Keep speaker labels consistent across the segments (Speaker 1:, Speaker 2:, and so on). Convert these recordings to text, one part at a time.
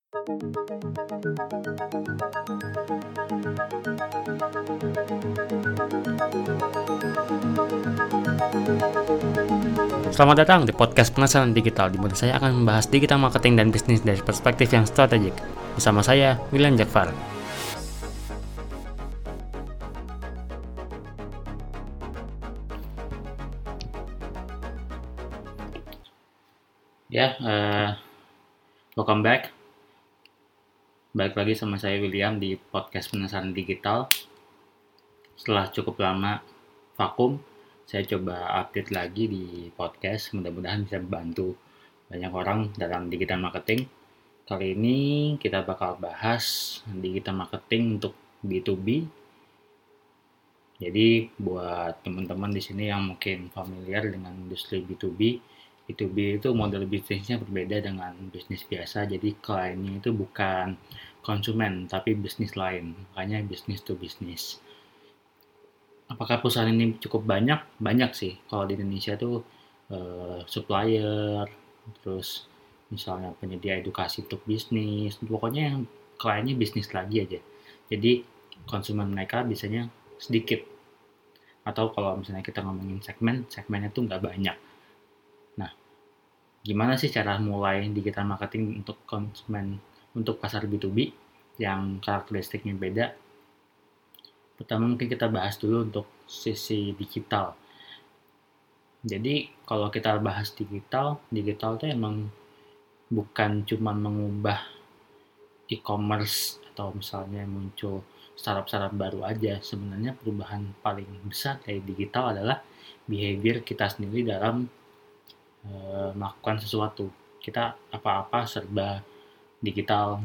Speaker 1: Selamat datang di podcast Penasaran Digital, di mana saya akan membahas digital marketing dan bisnis dari perspektif yang strategik. Bersama saya, William Jakfar. Welcome back. Balik lagi sama saya William di podcast Penasaran Digital. Setelah cukup lama vakum, saya coba update lagi di podcast. Mudah-mudahan bisa membantu banyak orang dalam digital marketing. Kali ini kita bakal bahas digital marketing untuk B2B. Jadi buat teman-teman di sini yang mungkin familiar dengan industri B2B itu model bisnisnya berbeda dengan bisnis biasa. Jadi kliennya itu bukan konsumen tapi bisnis lain, makanya bisnis to bisnis. Apakah perusahaan ini cukup banyak? Banyak sih. Kalau di Indonesia tuh supplier, terus misalnya penyedia edukasi untuk bisnis, pokoknya yang kliennya bisnis lagi aja. Jadi konsumen mereka biasanya sedikit. Atau kalau misalnya kita ngomongin segmennya tuh nggak banyak. Nah, gimana sih cara mulai digital marketing untuk konsumen, untuk pasar B2B yang karakteristiknya beda? Pertama mungkin kita bahas dulu untuk sisi digital. Jadi kalau kita bahas digital itu emang bukan cuma mengubah e-commerce atau misalnya muncul startup baru aja. Sebenarnya perubahan paling besar dari digital adalah behavior kita sendiri dalam melakukan sesuatu. Kita apa-apa serba digital.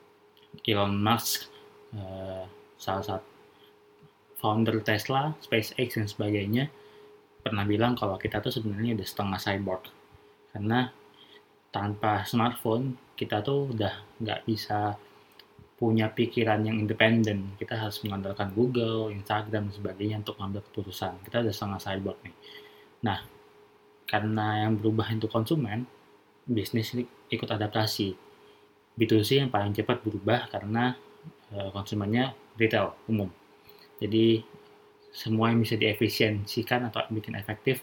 Speaker 1: Elon Musk, salah satu founder Tesla, SpaceX dan sebagainya, pernah bilang kalau kita tuh sebenarnya udah setengah cyborg. Karena tanpa smartphone kita tuh udah nggak bisa punya pikiran yang independen. Kita harus mengandalkan Google, Instagram dan sebagainya untuk mengambil keputusan. Kita udah setengah cyborg nih. Nah, karena yang berubah itu konsumen, bisnis ini ikut adaptasi. B2C yang paling cepat berubah karena konsumennya retail umum. Jadi semua yang bisa diefisiensikan atau bikin efektif.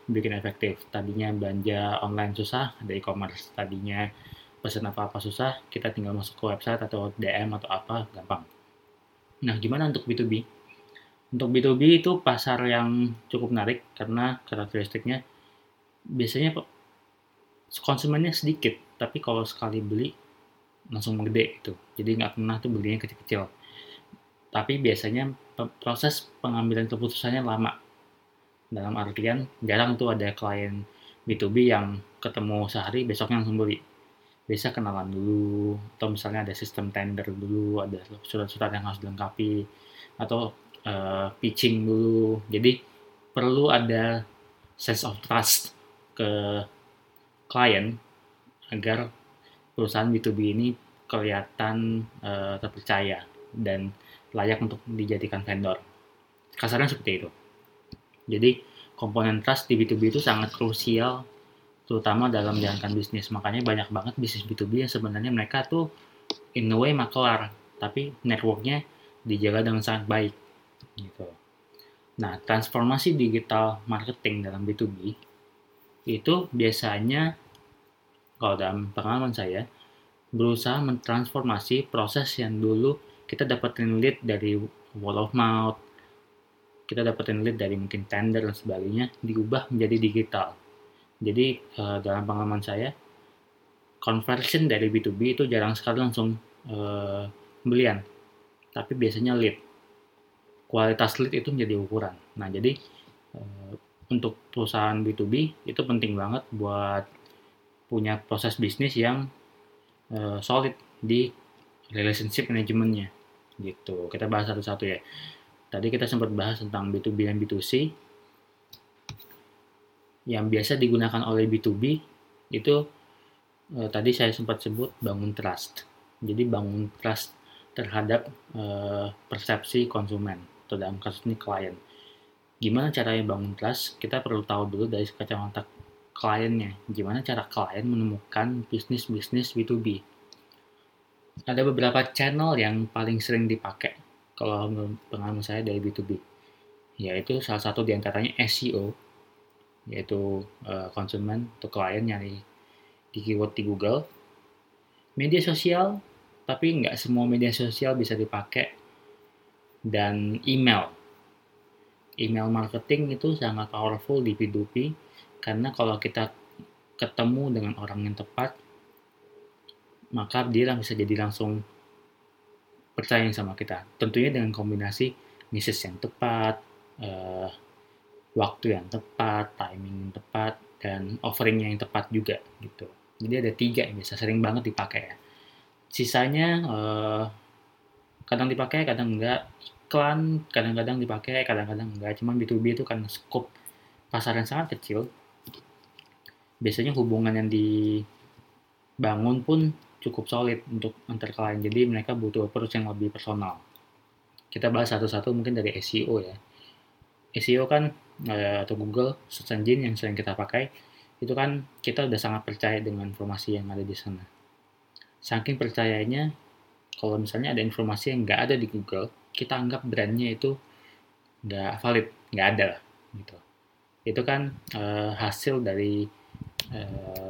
Speaker 1: Tadinya belanja online susah, ada e-commerce. Tadinya pesan apa-apa susah, kita tinggal masuk ke website atau DM atau apa, gampang. Nah, gimana untuk B2B? Untuk B2B itu pasar yang cukup menarik karena karakteristiknya biasanya konsumennya sedikit, tapi kalau sekali beli langsung gede itu. Jadi nggak pernah tuh belinya kecil-kecil. Tapi biasanya proses pengambilan keputusannya lama. Dalam artian jarang tuh ada klien B2B yang ketemu sehari besoknya langsung beli. Biasa kenalan dulu, atau misalnya ada sistem tender dulu, ada surat-surat yang harus dilengkapi, atau pitching dulu. Jadi perlu ada sense of trust ke klien agar perusahaan B2B ini kelihatan terpercaya dan layak untuk dijadikan vendor. Kasarnya seperti itu. Jadi komponen trust di B2B itu sangat krusial, terutama dalam menjalankan bisnis. Makanya banyak banget bisnis B2B yang sebenarnya mereka tuh in a way makelar, tapi networknya dijaga dengan sangat baik. Gitu. Nah, transformasi digital marketing dalam B2B itu biasanya, kalau dalam pengalaman saya, berusaha mentransformasi proses yang dulu kita dapetin lead dari word of mouth, kita dapetin lead dari mungkin tender dan sebagainya, diubah menjadi digital. Jadi dalam pengalaman saya, conversion dari B2B itu jarang sekali langsung pembelian, tapi biasanya lead. Kualitas lead itu menjadi ukuran. Nah, jadi untuk perusahaan B2B itu penting banget buat punya proses bisnis yang solid di relationship manajemennya gitu. Kita bahas satu-satu ya. Tadi kita sempat bahas tentang B2B dan B2C. Yang biasa digunakan oleh B2B itu tadi saya sempat sebut bangun trust. Jadi bangun trust terhadap persepsi konsumen atau dalam kasus ini klien. Gimana caranya bangun trust? Kita perlu tahu dulu dari kacamata kliennya. Gimana cara klien menemukan bisnis-bisnis B2B. Ada beberapa channel yang paling sering dipakai kalau pengalaman saya dari B2B, yaitu salah satu diantaranya SEO, yaitu konsumen atau klien nyari di keyword di Google. Media sosial, tapi nggak semua media sosial bisa dipakai, dan email. Email marketing itu sangat powerful di B2B, karena kalau kita ketemu dengan orang yang tepat, maka dia bisa jadi langsung percaya sama kita. Tentunya dengan kombinasi message yang tepat, eh, waktu yang tepat, timing yang tepat, dan offeringnya yang tepat juga gitu. Jadi ada 3 yang bisa sering banget dipakai ya. Sisanya kadang dipakai, kadang enggak. Iklan kadang-kadang dipakai, kadang-kadang enggak. Cuman B2B itu kan skop pasar yang sangat kecil. Biasanya hubungan yang dibangun pun cukup solid untuk antar klien. Jadi mereka butuh approach yang lebih personal. Kita bahas satu-satu mungkin dari SEO ya. SEO kan atau Google Search Engine yang sering kita pakai, itu kan kita udah sangat percaya dengan informasi yang ada di sana. Saking percayanya, kalau misalnya ada informasi yang nggak ada di Google, kita anggap brandnya itu nggak valid, nggak ada lah gitu. Itu kan hasil dari uh,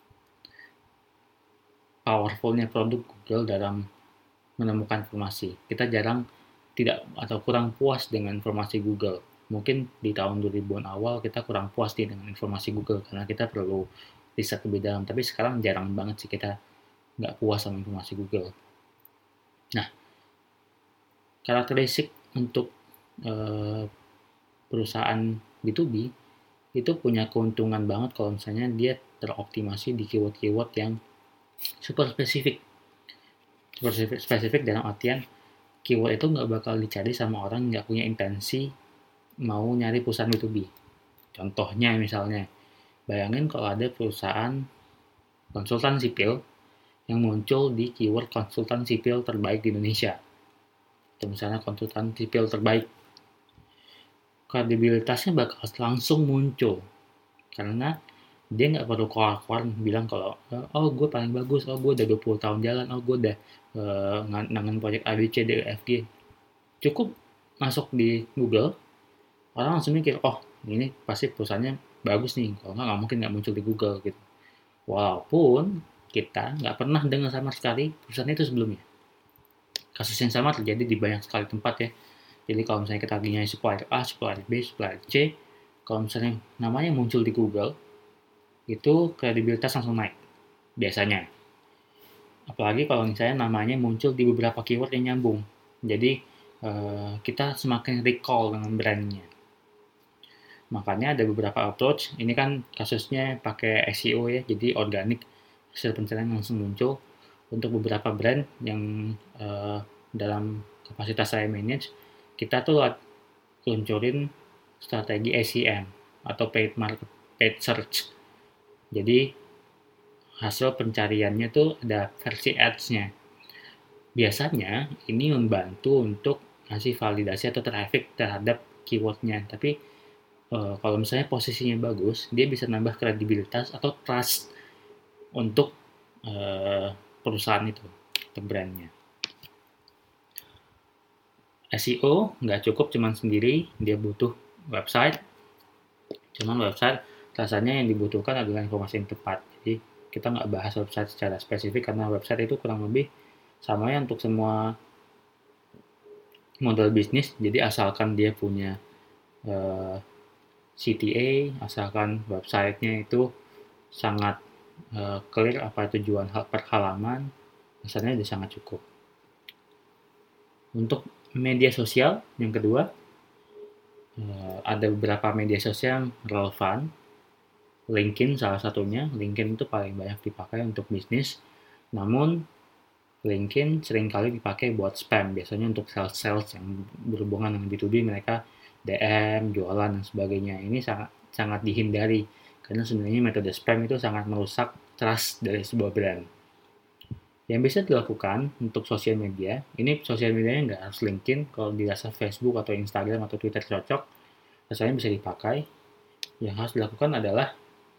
Speaker 1: powerfulnya produk Google dalam menemukan informasi. Kita jarang tidak atau kurang puas dengan informasi Google. Mungkin di tahun 2000-an awal kita kurang puas nih dengan informasi Google karena kita perlu riset lebih dalam. Tapi sekarang jarang banget sih kita nggak puas sama informasi Google. Nah, karakteristik untuk perusahaan B2B itu punya keuntungan banget kalau misalnya dia teroptimasi di keyword-keyword yang super spesifik. Super spesifik dalam artian keyword itu nggak bakal dicari sama orang nggak punya intensi mau nyari perusahaan B2B. Contohnya misalnya, bayangin kalau ada perusahaan konsultan sipil yang muncul di keyword konsultan sipil terbaik di Indonesia. Atau misalnya konsultan sipil terbaik. Kredibilitasnya bakal langsung muncul. Karena dia nggak perlu keluar-keluar bilang kalau oh gue paling bagus, oh gue udah 20 tahun jalan, oh gue udah nangan proyek A, B, C, D, E, F, G. Cukup masuk di Google, orang langsung mikir, oh ini pasti perusahaannya bagus nih, kalau nggak mungkin nggak muncul di Google gitu. Walaupun kita nggak pernah dengar sama sekali perusahaan itu sebelumnya. Kasus yang sama terjadi di banyak sekali tempat ya. Jadi kalau misalnya kita lagi nyari supplier A, supplier B, supplier C, kalau misalnya namanya muncul di Google, itu kredibilitas langsung naik biasanya. Apalagi kalau misalnya namanya muncul di beberapa keyword yang nyambung. Jadi kita semakin recall dengan brandnya. Makanya ada beberapa approach. Ini kan kasusnya pakai SEO ya, jadi organik, hasil pencarian langsung muncul. Untuk beberapa brand yang dalam kapasitas saya manage, kita tuh luncurin strategi SEM atau paid search. Jadi hasil pencariannya tuh ada versi ads-nya. Biasanya ini membantu untuk ngasih validasi atau traffic terhadap keywordnya. Tapi kalau misalnya posisinya bagus, dia bisa nambah kredibilitas atau trust untuk perusahaan itu atau brandnya. SEO nggak cukup cuman sendiri, dia butuh website. Cuman website rasanya yang dibutuhkan adalah informasi yang tepat. Jadi kita nggak bahas website secara spesifik karena website itu kurang lebih sama ya untuk semua model bisnis. Jadi asalkan dia punya CTA, asalkan websitenya itu sangat clear apa tujuan per halaman, rasanya sudah sangat cukup. Untuk media sosial yang kedua, ada beberapa media sosial yang relevan. LinkedIn salah satunya. LinkedIn itu paling banyak dipakai untuk bisnis. Namun LinkedIn seringkali dipakai buat spam, biasanya untuk sales yang berhubungan dengan B2B, mereka DM, jualan dan sebagainya. Ini sangat dihindari karena sebenarnya metode spam itu sangat merusak trust dari sebuah brand. Yang bisa dilakukan untuk sosial media, ini sosial medianya nggak harus LinkedIn, kalau dirasa Facebook atau Instagram atau Twitter cocok, rasanya bisa dipakai. Yang harus dilakukan adalah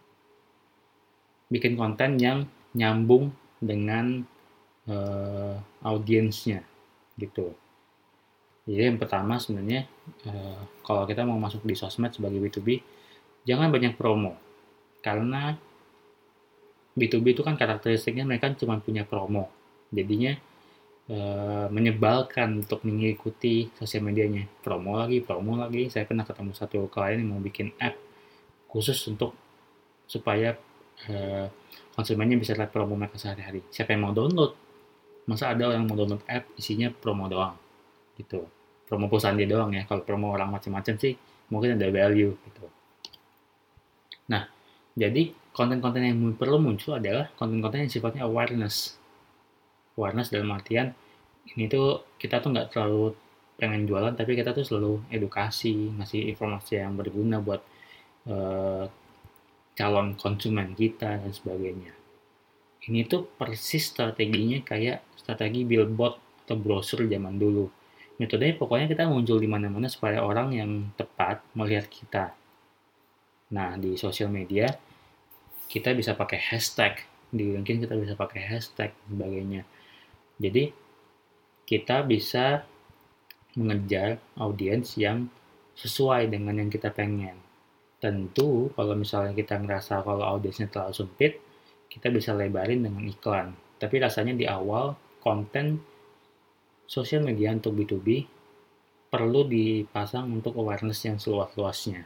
Speaker 1: bikin konten yang nyambung dengan audiensnya gitu. Jadi yang pertama sebenarnya kalau kita mau masuk di sosmed sebagai B2B, jangan banyak promo. Karena B2B itu kan karakteristiknya mereka cuma punya promo. Jadinya menyebalkan untuk mengikuti sosial medianya. Promo lagi, promo lagi. Saya pernah ketemu satu klien yang mau bikin app khusus untuk supaya konsumennya bisa lihat promo mereka sehari-hari. Siapa yang mau download? Masa ada orang mau download app isinya promo doang gitu. Promo perusahaan dia doang ya. Kalau promo orang macam-macam sih mungkin ada value gitu. Nah, jadi konten-konten yang perlu muncul adalah konten-konten yang sifatnya awareness. Awareness dalam artian ini tuh kita tuh nggak terlalu pengen jualan, tapi kita tuh selalu edukasi, ngasih informasi yang berguna buat eh, calon konsumen kita dan sebagainya. Ini tuh persis strateginya kayak strategi billboard atau brosur zaman dulu. Metodenya pokoknya kita muncul di mana-mana supaya orang yang tepat melihat kita. Nah, di sosial media kita bisa pakai hashtag, di LinkedIn kita bisa pakai hashtag dan sebagainya. Jadi kita bisa mengejar audiens yang sesuai dengan yang kita pengen. Tentu kalau misalnya kita ngerasa kalau audiensnya terlalu sempit, kita bisa lebarin dengan iklan. Tapi rasanya di awal konten sosial media untuk B2B perlu dipasang untuk awareness yang seluas-luasnya.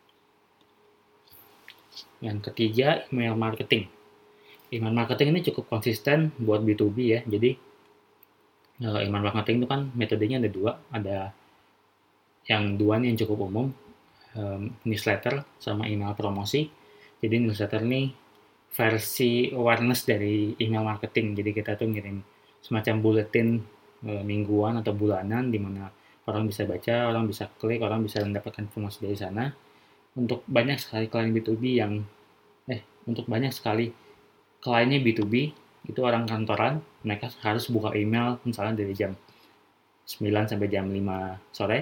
Speaker 1: Yang ketiga, email marketing. Email marketing ini cukup konsisten buat B2B ya. Jadi email marketing itu kan metodenya ada dua. Ada yang dua nih yang cukup umum, newsletter sama email promosi. Jadi newsletter ini versi awareness dari email marketing. Jadi kita tuh ngirim semacam bulletin mingguan atau bulanan di mana orang bisa baca, orang bisa klik, orang bisa mendapatkan informasi dari sana. Untuk banyak sekali klien B2B yang untuk banyak sekali kliennya B2B itu orang kantoran, mereka harus buka email misalnya dari jam 9 sampai jam 5 sore.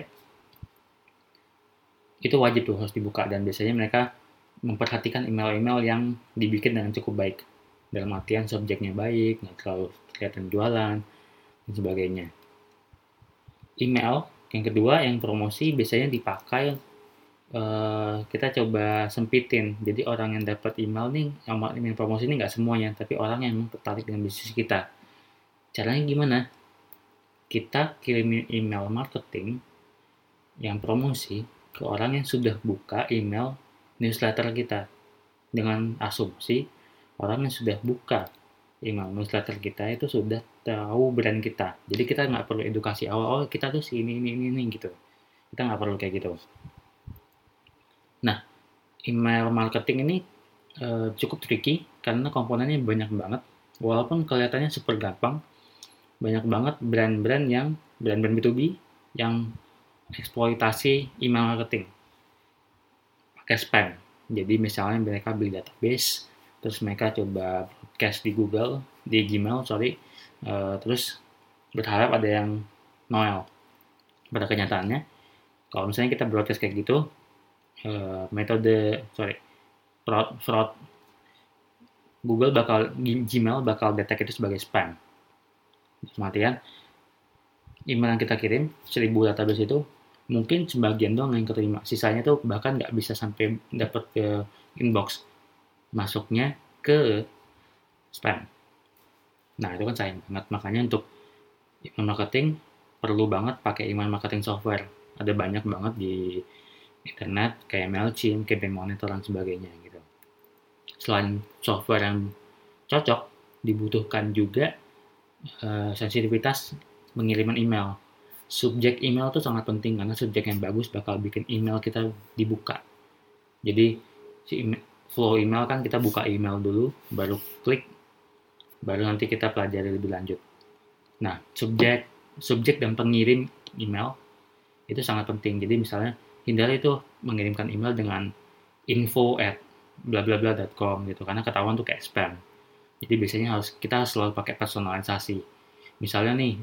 Speaker 1: Itu wajib tuh harus dibuka dan biasanya mereka memperhatikan email-email yang dibikin dengan cukup baik. Dalam artian subjeknya baik, nggak terlalu kelihatan jualan, dan sebagainya. Email, yang kedua, yang promosi biasanya dipakai kita coba sempitin. Jadi orang yang dapat email nih, email promosi ini nggak semuanya, tapi orang yang tertarik dengan bisnis kita. Caranya gimana? Kita kirimin email marketing yang promosi ke orang yang sudah buka email newsletter kita. Dengan asumsi orang yang sudah buka email newsletter kita itu sudah tahu brand kita. Jadi kita nggak perlu edukasi awal, kita tuh si ini gitu. Kita nggak perlu kayak gitu. Nah, email marketing ini cukup tricky karena komponennya banyak banget. Walaupun kelihatannya super gampang, banyak banget brand-brand B2B yang eksploitasi email marketing pakai spam. Jadi misalnya mereka beli database, terus mereka coba broadcast di Gmail, terus berharap ada yang Noel. Pada kenyataannya, kalau misalnya kita broadcast kayak gitu, fraud Gmail bakal detect itu sebagai spam. Kemudian email yang kita kirim 1000 database itu mungkin sebagian doang yang keterima, sisanya tuh bahkan nggak bisa sampai dapat ke inbox, masuknya ke spam. Nah itu kan sayang banget, makanya untuk email marketing perlu banget pakai email marketing software. Ada banyak banget di internet kayak Mailchimp, Campaign Monitor dan sebagainya gitu. Selain software yang cocok, dibutuhkan juga sensitivitas pengiriman email. Subjek email itu sangat penting karena subjek yang bagus bakal bikin email kita dibuka. Jadi flow email kan kita buka email dulu, baru klik, baru nanti kita pelajari lebih lanjut. Nah, subjek dan pengirim email itu sangat penting. Jadi misalnya hindari itu mengirimkan email dengan info@blablabla.com gitu karena ketahuan tuh kayak spam. Jadi biasanya kita selalu pakai personalisasi. Misalnya nih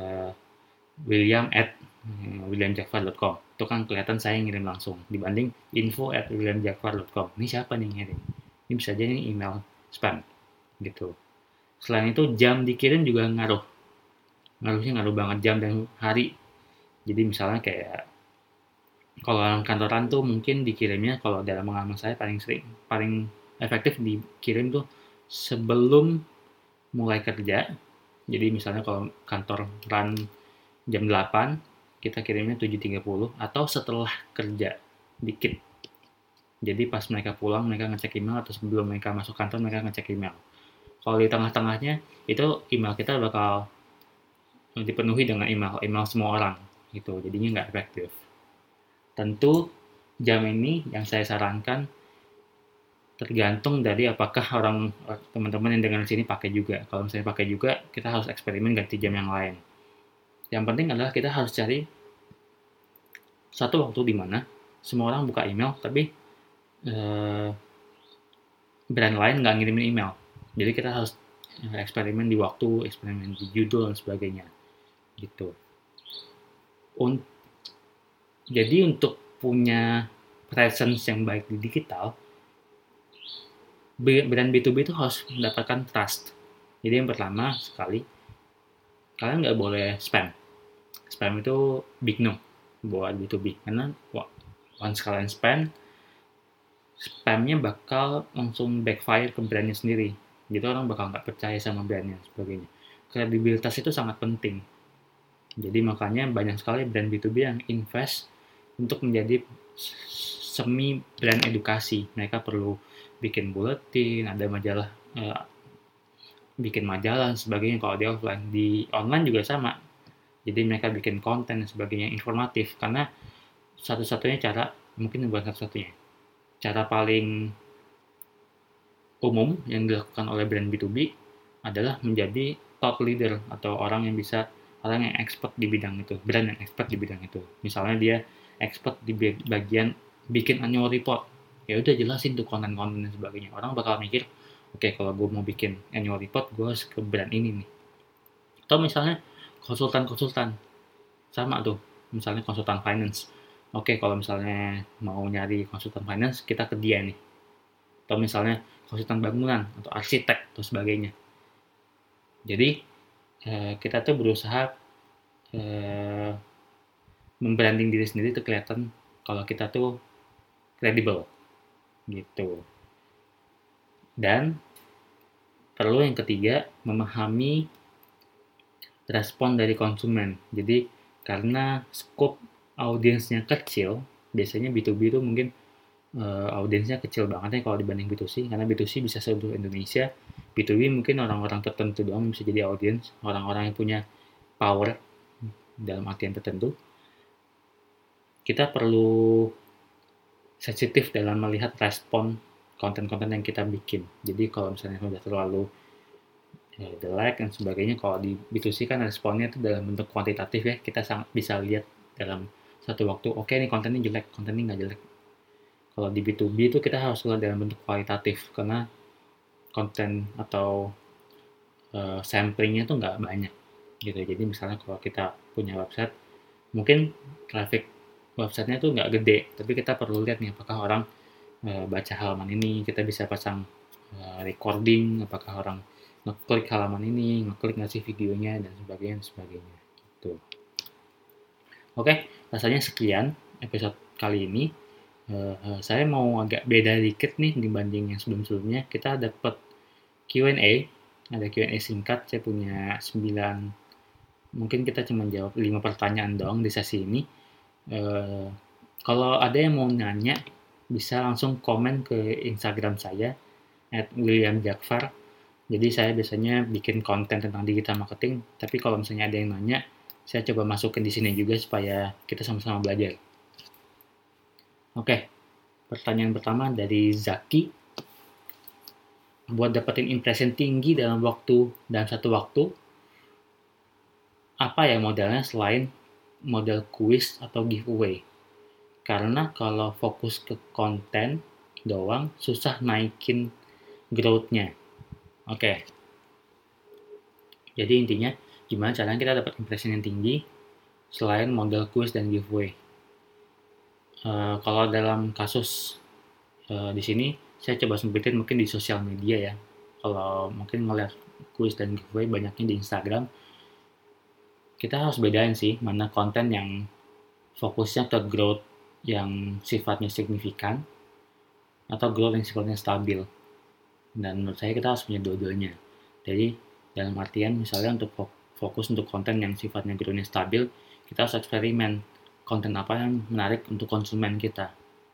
Speaker 1: william@williamjafar.com itu kan kelihatan saya ngirim langsung dibanding info@williamjafar.com. Ini siapa nih ngirim? Ini bisa jadi email spam gitu. Selain itu jam dikirim juga ngaruh. ngaruh banget jam dan hari. Jadi misalnya kayak kalau orang kantoran tuh mungkin dikirimnya, kalau dalam pengalaman saya paling efektif dikirim tuh sebelum mulai kerja. Jadi misalnya kalau kantor run jam 8, kita kirimnya 7.30 atau setelah kerja dikit. Jadi pas mereka pulang, mereka ngecek email, atau sebelum mereka masuk kantor, mereka ngecek email. Kalau di tengah-tengahnya, itu email kita bakal dipenuhi dengan email semua orang gitu, jadinya nggak efektif. Tentu jam ini yang saya sarankan tergantung dari apakah teman-teman yang dengar sini pakai juga. Kalau misalnya pakai juga, kita harus eksperimen ganti jam yang lain. Yang penting adalah kita harus cari satu waktu di mana semua orang buka email, tapi eh, brand lain nggak ngirimin email. Jadi kita harus eksperimen di waktu, eksperimen di judul dan sebagainya gitu. Jadi untuk punya presence yang baik di digital, brand B2B itu harus mendapatkan trust. Jadi yang pertama sekali, kalian nggak boleh spam. Spam itu big no buat B2B, karena once kalian spamnya bakal langsung backfire ke brandnya sendiri. Jadi orang bakal nggak percaya sama brandnya dan sebagainya. Kredibilitas itu sangat penting. Jadi makanya banyak sekali brand B2B yang invest untuk menjadi semi brand edukasi. Mereka perlu bikin buletin, ada majalah, bikin majalah dan sebagainya. Kalau di offline, di online juga sama. Jadi mereka bikin konten dan sebagainya informatif, karena satu-satunya cara, mungkin bukan satu-satunya, cara paling umum yang dilakukan oleh brand B2B adalah menjadi thought leader, atau orang yang expert di bidang itu, brand yang expert di bidang itu. Misalnya dia expert di bagian bikin annual report, ya udah jelasin tuh konten-konten dan sebagainya. Orang bakal mikir, oke, kalau gue mau bikin annual report, gue harus ke brand ini nih. Atau misalnya konsultan sama tuh, misalnya konsultan finance. Oke, kalau misalnya mau nyari konsultan finance, kita ke dia nih. Atau misalnya konsultan bangunan atau arsitek atau sebagainya. Jadi kita tuh berusaha membranding diri sendiri tuh kelihatan kalau kita tuh kredibel gitu. Dan perlu yang ketiga, memahami respon dari konsumen. Jadi karena skop audiensnya kecil, biasanya B2B itu mungkin audiensnya kecil banget ya kalau dibanding B2C, karena B2C bisa seluruh Indonesia. B2B mungkin orang-orang tertentu doang bisa jadi audiens, orang-orang yang punya power dalam artian tertentu. Kita perlu sensitif dalam melihat respon konten-konten yang kita bikin. Jadi kalau misalnya sudah terlalu jelek dan sebagainya, kalau di B2C kan responnya itu dalam bentuk kuantitatif ya, kita sangat bisa lihat dalam satu waktu, oke nih kontennya jelek, kontennya nggak jelek. Kalau di B2B itu kita harus lihat dalam bentuk kualitatif, karena konten atau samplingnya tuh nggak banyak gitu. Jadi misalnya kalau kita punya website, mungkin traffic websitenya tuh nggak gede, tapi kita perlu lihat nih apakah orang baca halaman ini. Kita bisa pasang recording, apakah orang ngeklik halaman ini, ngeklik nggak sih videonya, dan sebagainya gitu. Oke, rasanya sekian episode kali ini. Saya mau agak beda dikit nih dibanding yang sebelum-sebelumnya. Kita dapat Q&A, ada Q&A singkat. Saya punya 9, mungkin kita cuma jawab 5 pertanyaan doang di sesi ini. Kalau ada yang mau nanya, bisa langsung komen ke Instagram saya @williamjakfar. Jadi saya biasanya bikin konten tentang digital marketing, tapi kalau misalnya ada yang nanya, saya coba masukin di sini juga supaya kita sama-sama belajar. Oke, pertanyaan pertama dari Zaki. Buat dapetin impression tinggi dalam satu waktu, apa ya modelnya selain model quiz atau giveaway? Karena kalau fokus ke konten doang, susah naikin growth-nya. Oke. Jadi intinya, gimana caranya kita dapat impression yang tinggi selain model quiz dan giveaway? Kalau dalam kasus di sini, saya coba sempetin mungkin di sosial media ya. Kalau mungkin ngeliat quiz dan giveaway banyaknya di Instagram. kita harus bedain sih mana konten yang fokusnya ke growth yang sifatnya signifikan atau growth yang sifatnya stabil. Dan menurut saya kita harus punya dua-duanya. Jadi dalam artian misalnya untuk fokus untuk konten yang sifatnya growth-nya stabil, kita harus eksperimen konten apa yang menarik untuk konsumen kita.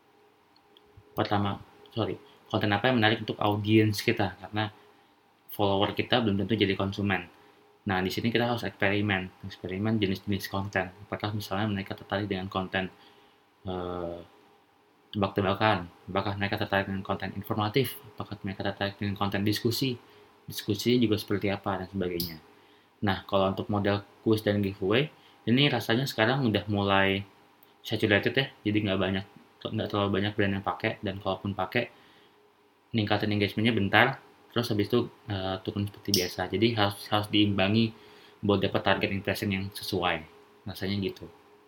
Speaker 1: Konten apa yang menarik untuk audiens kita, karena follower kita belum tentu jadi konsumen. Nah, di sini kita harus eksperimen jenis-jenis konten. Apakah misalnya mereka tertarik dengan konten eh, tebak-tebakan, apakah mereka tertarik dengan konten informatif, apakah mereka tertarik dengan konten diskusi juga seperti apa, dan sebagainya. Nah, kalau untuk model quiz dan giveaway, ini rasanya sekarang udah mulai saturated ya, jadi nggak terlalu banyak brand yang pakai, dan kalaupun pakai, ningkatin engagementnya bentar, terus habis itu turun seperti biasa. Jadi harus diimbangi buat dapat target impression yang sesuai, rasanya gitu.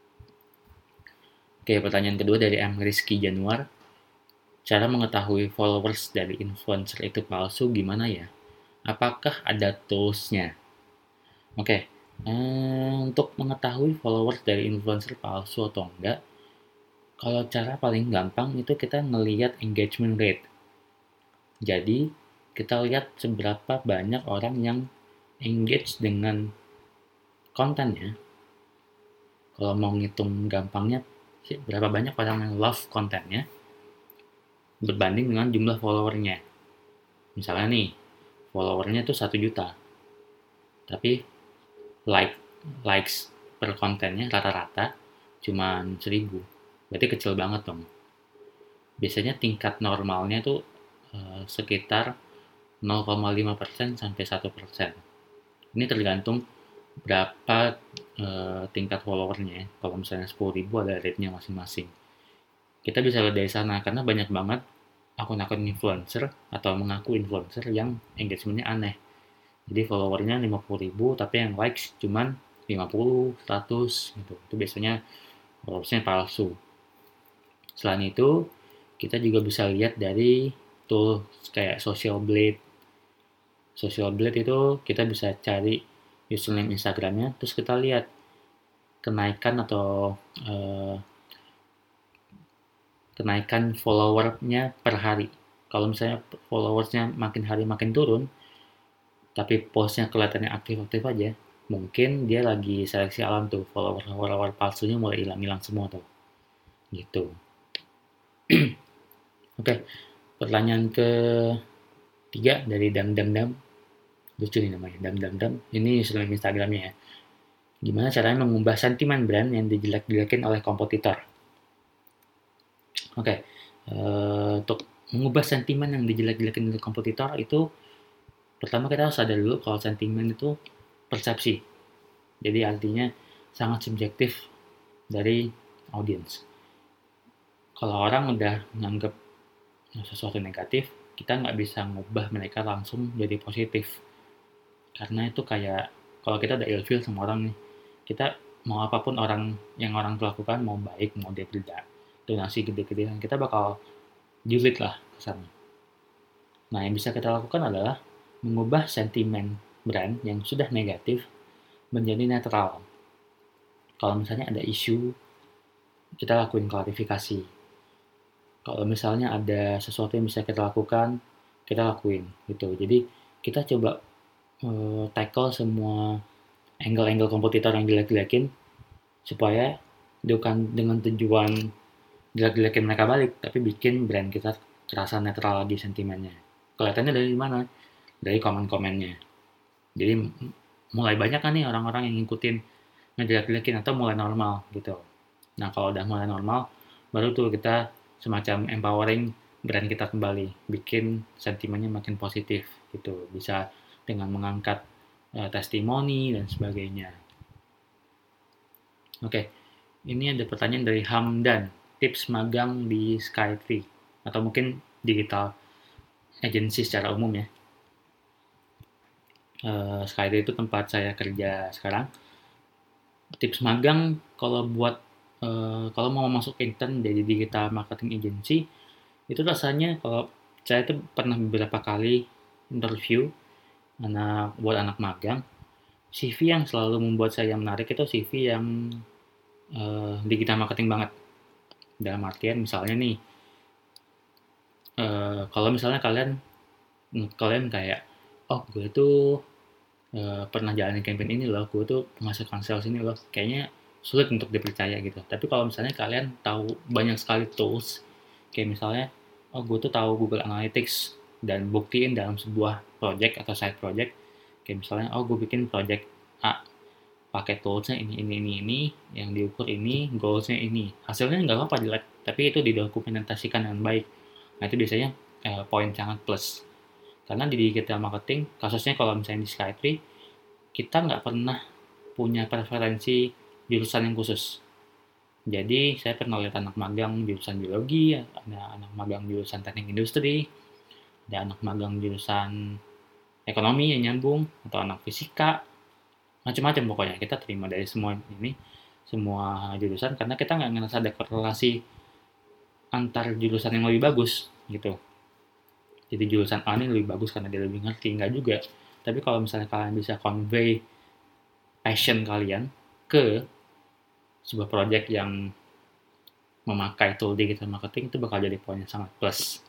Speaker 1: Oke, pertanyaan kedua dari M. Rizky Januar. Cara mengetahui followers dari influencer itu palsu gimana ya? Apakah ada tools-nya? Oke, untuk mengetahui followers dari influencer palsu atau enggak, kalau cara paling gampang itu kita ngelihat engagement rate. Jadi, kita lihat seberapa banyak orang yang engage dengan kontennya. Kalau mau ngitung gampangnya, berapa banyak orang yang love kontennya berbanding dengan jumlah followernya. Misalnya nih, followernya tuh 1 juta, tapi likes per kontennya rata-rata cuma 1000. Berarti kecil banget dong. Biasanya tingkat normalnya tuh sekitar 0,5% sampai 1%. Ini tergantung berapa tingkat followernya. Kalau misalnya 10.000 ada rate-nya masing-masing. Kita bisa lihat dari sana karena banyak banget akun-akun influencer atau mengaku influencer yang engagementnya aneh. Jadi followernya 50.000 tapi yang likes cuman 50, 100 gitu. Itu biasanya followersnya palsu. Selain itu, kita juga bisa lihat dari tool kayak Social Blade. Social Blade itu kita bisa cari username Instagramnya, terus kita lihat kenaikan atau kenaikan followernya per hari. Kalau misalnya followersnya makin hari makin turun, tapi postnya kelihatannya aktif-aktif aja, mungkin dia lagi seleksi alam tuh, follower palsunya mulai hilang-hilang semua tuh, gitu. Oke, pertanyaan ketiga dari Dam, lucu nih namanya, Dam. Ini username Instagramnya ya. Gimana caranya mengubah sentimen brand yang dijelek-jelekin oleh kompetitor? Oke, untuk mengubah sentimen yang dijelek-jelekin oleh kompetitor itu, pertama kita harus sadar dulu kalau sentimen itu persepsi. Jadi artinya sangat subjektif dari audiens. Kalau orang udah menganggap sesuatu negatif, kita nggak bisa ngubah mereka langsung jadi positif. Karena itu kayak, kalau kita udah ilfeel sama orang nih, kita mau apapun yang orang lakukan, mau baik, mau dia tidak, donasi gede-gedean, kita bakal julid lah kesannya. Nah, yang bisa kita lakukan adalah mengubah sentimen brand yang sudah negatif menjadi netral. Kalau misalnya ada isu, kita lakuin klarifikasi. Kalau misalnya ada sesuatu yang bisa kita lakukan, kita lakuin gitu. Jadi kita coba tackle semua angle-angle kompetitor yang jelek-jelekin, supaya bukan dengan tujuan jelek-jelekin mereka balik, tapi bikin brand kita terasa netral lagi sentimennya. Kelihatannya dari mana? Dari komen-komennya. Jadi mulai banyak kan nih orang-orang yang ngikutin ngejelek-jelekin atau mulai normal gitu. Nah, kalau udah mulai normal, baru tuh kita semacam empowering brand kita kembali, bikin sentimennya makin positif gitu. Bisa dengan mengangkat testimoni dan sebagainya. Oke, ini ada pertanyaan dari Hamdan, tips magang di Skytree atau mungkin digital agency secara umum ya. Skytree itu tempat saya kerja sekarang. Tips magang kalau mau masuk intern jadi digital marketing agency, itu rasanya, kalau saya itu pernah beberapa kali interview buat anak magang, CV yang selalu membuat saya menarik itu CV yang digital marketing banget. Dalam artian misalnya nih, kalau misalnya kalian kayak, oh gue tuh pernah jalanin campaign ini loh, gue tuh menghasilkan sales ini loh, kayaknya sulit untuk dipercaya gitu. Tapi kalau misalnya kalian tahu banyak sekali tools, kayak misalnya, oh gue tuh tahu Google Analytics dan buktiin dalam sebuah project atau side project, kayak misalnya, oh gue bikin project A, pakai toolsnya ini, yang diukur ini, goalsnya ini, hasilnya nggak apa-apa jelek, tapi itu didokumentasikan dengan baik. Nah itu biasanya poin sangat plus. Karena di digital marketing, kasusnya kalau misalnya di Skytree, kita nggak pernah punya preferensi jurusan yang khusus. Jadi saya pernah lihat anak magang jurusan biologi, ada anak magang jurusan teknik industri, ada anak magang jurusan ekonomi yang nyambung, atau anak fisika, macam-macam pokoknya. Kita terima dari semua jurusan, karena kita nggak ngerasa ada korelasi antar jurusan yang lebih bagus gitu. Jadi jurusan A ini lebih bagus karena dia lebih ngerti, nggak juga. Tapi kalau misalnya kalian bisa convey passion kalian ke sebuah project yang memakai tool digital marketing, itu bakal jadi poin yang sangat plus.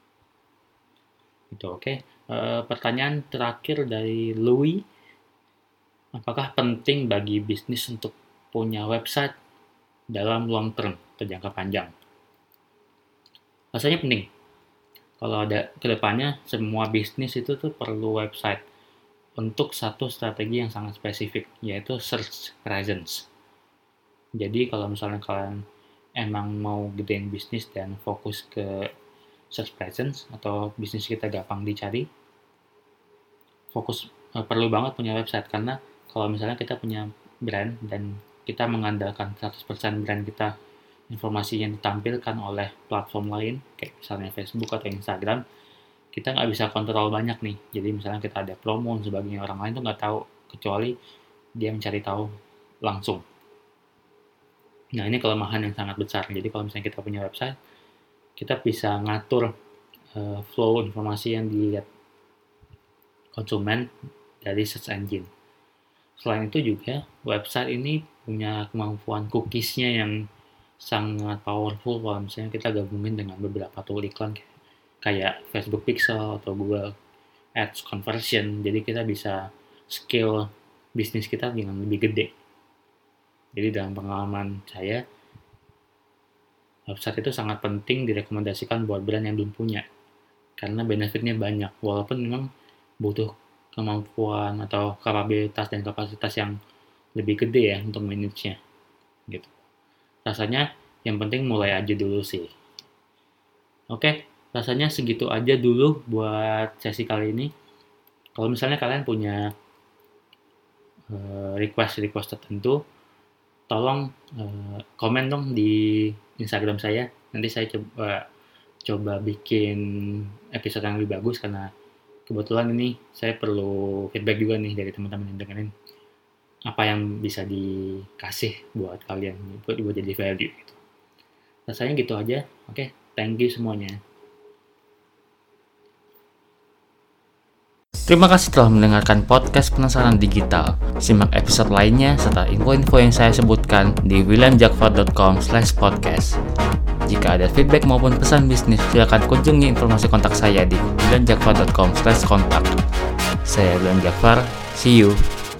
Speaker 1: Itu oke. Pertanyaan terakhir dari Louis, apakah penting bagi bisnis untuk punya website dalam long term atau jangka panjang? Rasanya penting. Kalau ada kedepannya, semua bisnis itu tuh perlu website untuk satu strategi yang sangat spesifik, yaitu search presence. Jadi kalau misalnya kalian emang mau gedein bisnis dan fokus ke search presence atau bisnis kita gampang dicari, perlu banget punya website. Karena kalau misalnya kita punya brand dan kita mengandalkan 100% brand kita, informasi yang ditampilkan oleh platform lain, kayak misalnya Facebook atau Instagram, kita nggak bisa kontrol banyak nih. Jadi misalnya kita ada promo dan sebagainya, orang lain tuh nggak tahu, kecuali dia mencari tahu langsung. Nah ini kelemahan yang sangat besar. Jadi kalau misalnya kita punya website, kita bisa ngatur flow informasi yang dilihat konsumen dari search engine. Selain itu juga, website ini punya kemampuan cookies-nya yang sangat powerful kalau misalnya kita gabungin dengan beberapa tool iklan kayak Facebook Pixel atau Google Ads Conversion. Jadi kita bisa scale bisnis kita dengan lebih gede. Jadi dalam pengalaman saya, website itu sangat penting direkomendasikan buat brand yang belum punya, karena benefitnya banyak, walaupun memang butuh kemampuan atau kapabilitas dan kapasitas yang lebih gede ya untuk manage-nya gitu. Rasanya yang penting mulai aja dulu sih. Oke, rasanya segitu aja dulu buat sesi kali ini. Kalau misalnya kalian punya request tertentu, tolong komen dong di Instagram saya. Nanti saya coba bikin episode yang lebih bagus, karena kebetulan ini saya perlu feedback juga nih dari teman-teman yang dengerin, apa yang bisa dikasih buat kalian, buat jadi value gitu. Rasanya gitu aja. Oke, thank you semuanya. Terima kasih telah mendengarkan podcast Penasaran Digital. Simak episode lainnya serta info-info yang saya sebutkan di williamjakfar.com/podcast. Jika ada feedback maupun pesan bisnis, silakan kunjungi informasi kontak saya di williamjakfar.com/kontak. Saya William Jakfar, see you.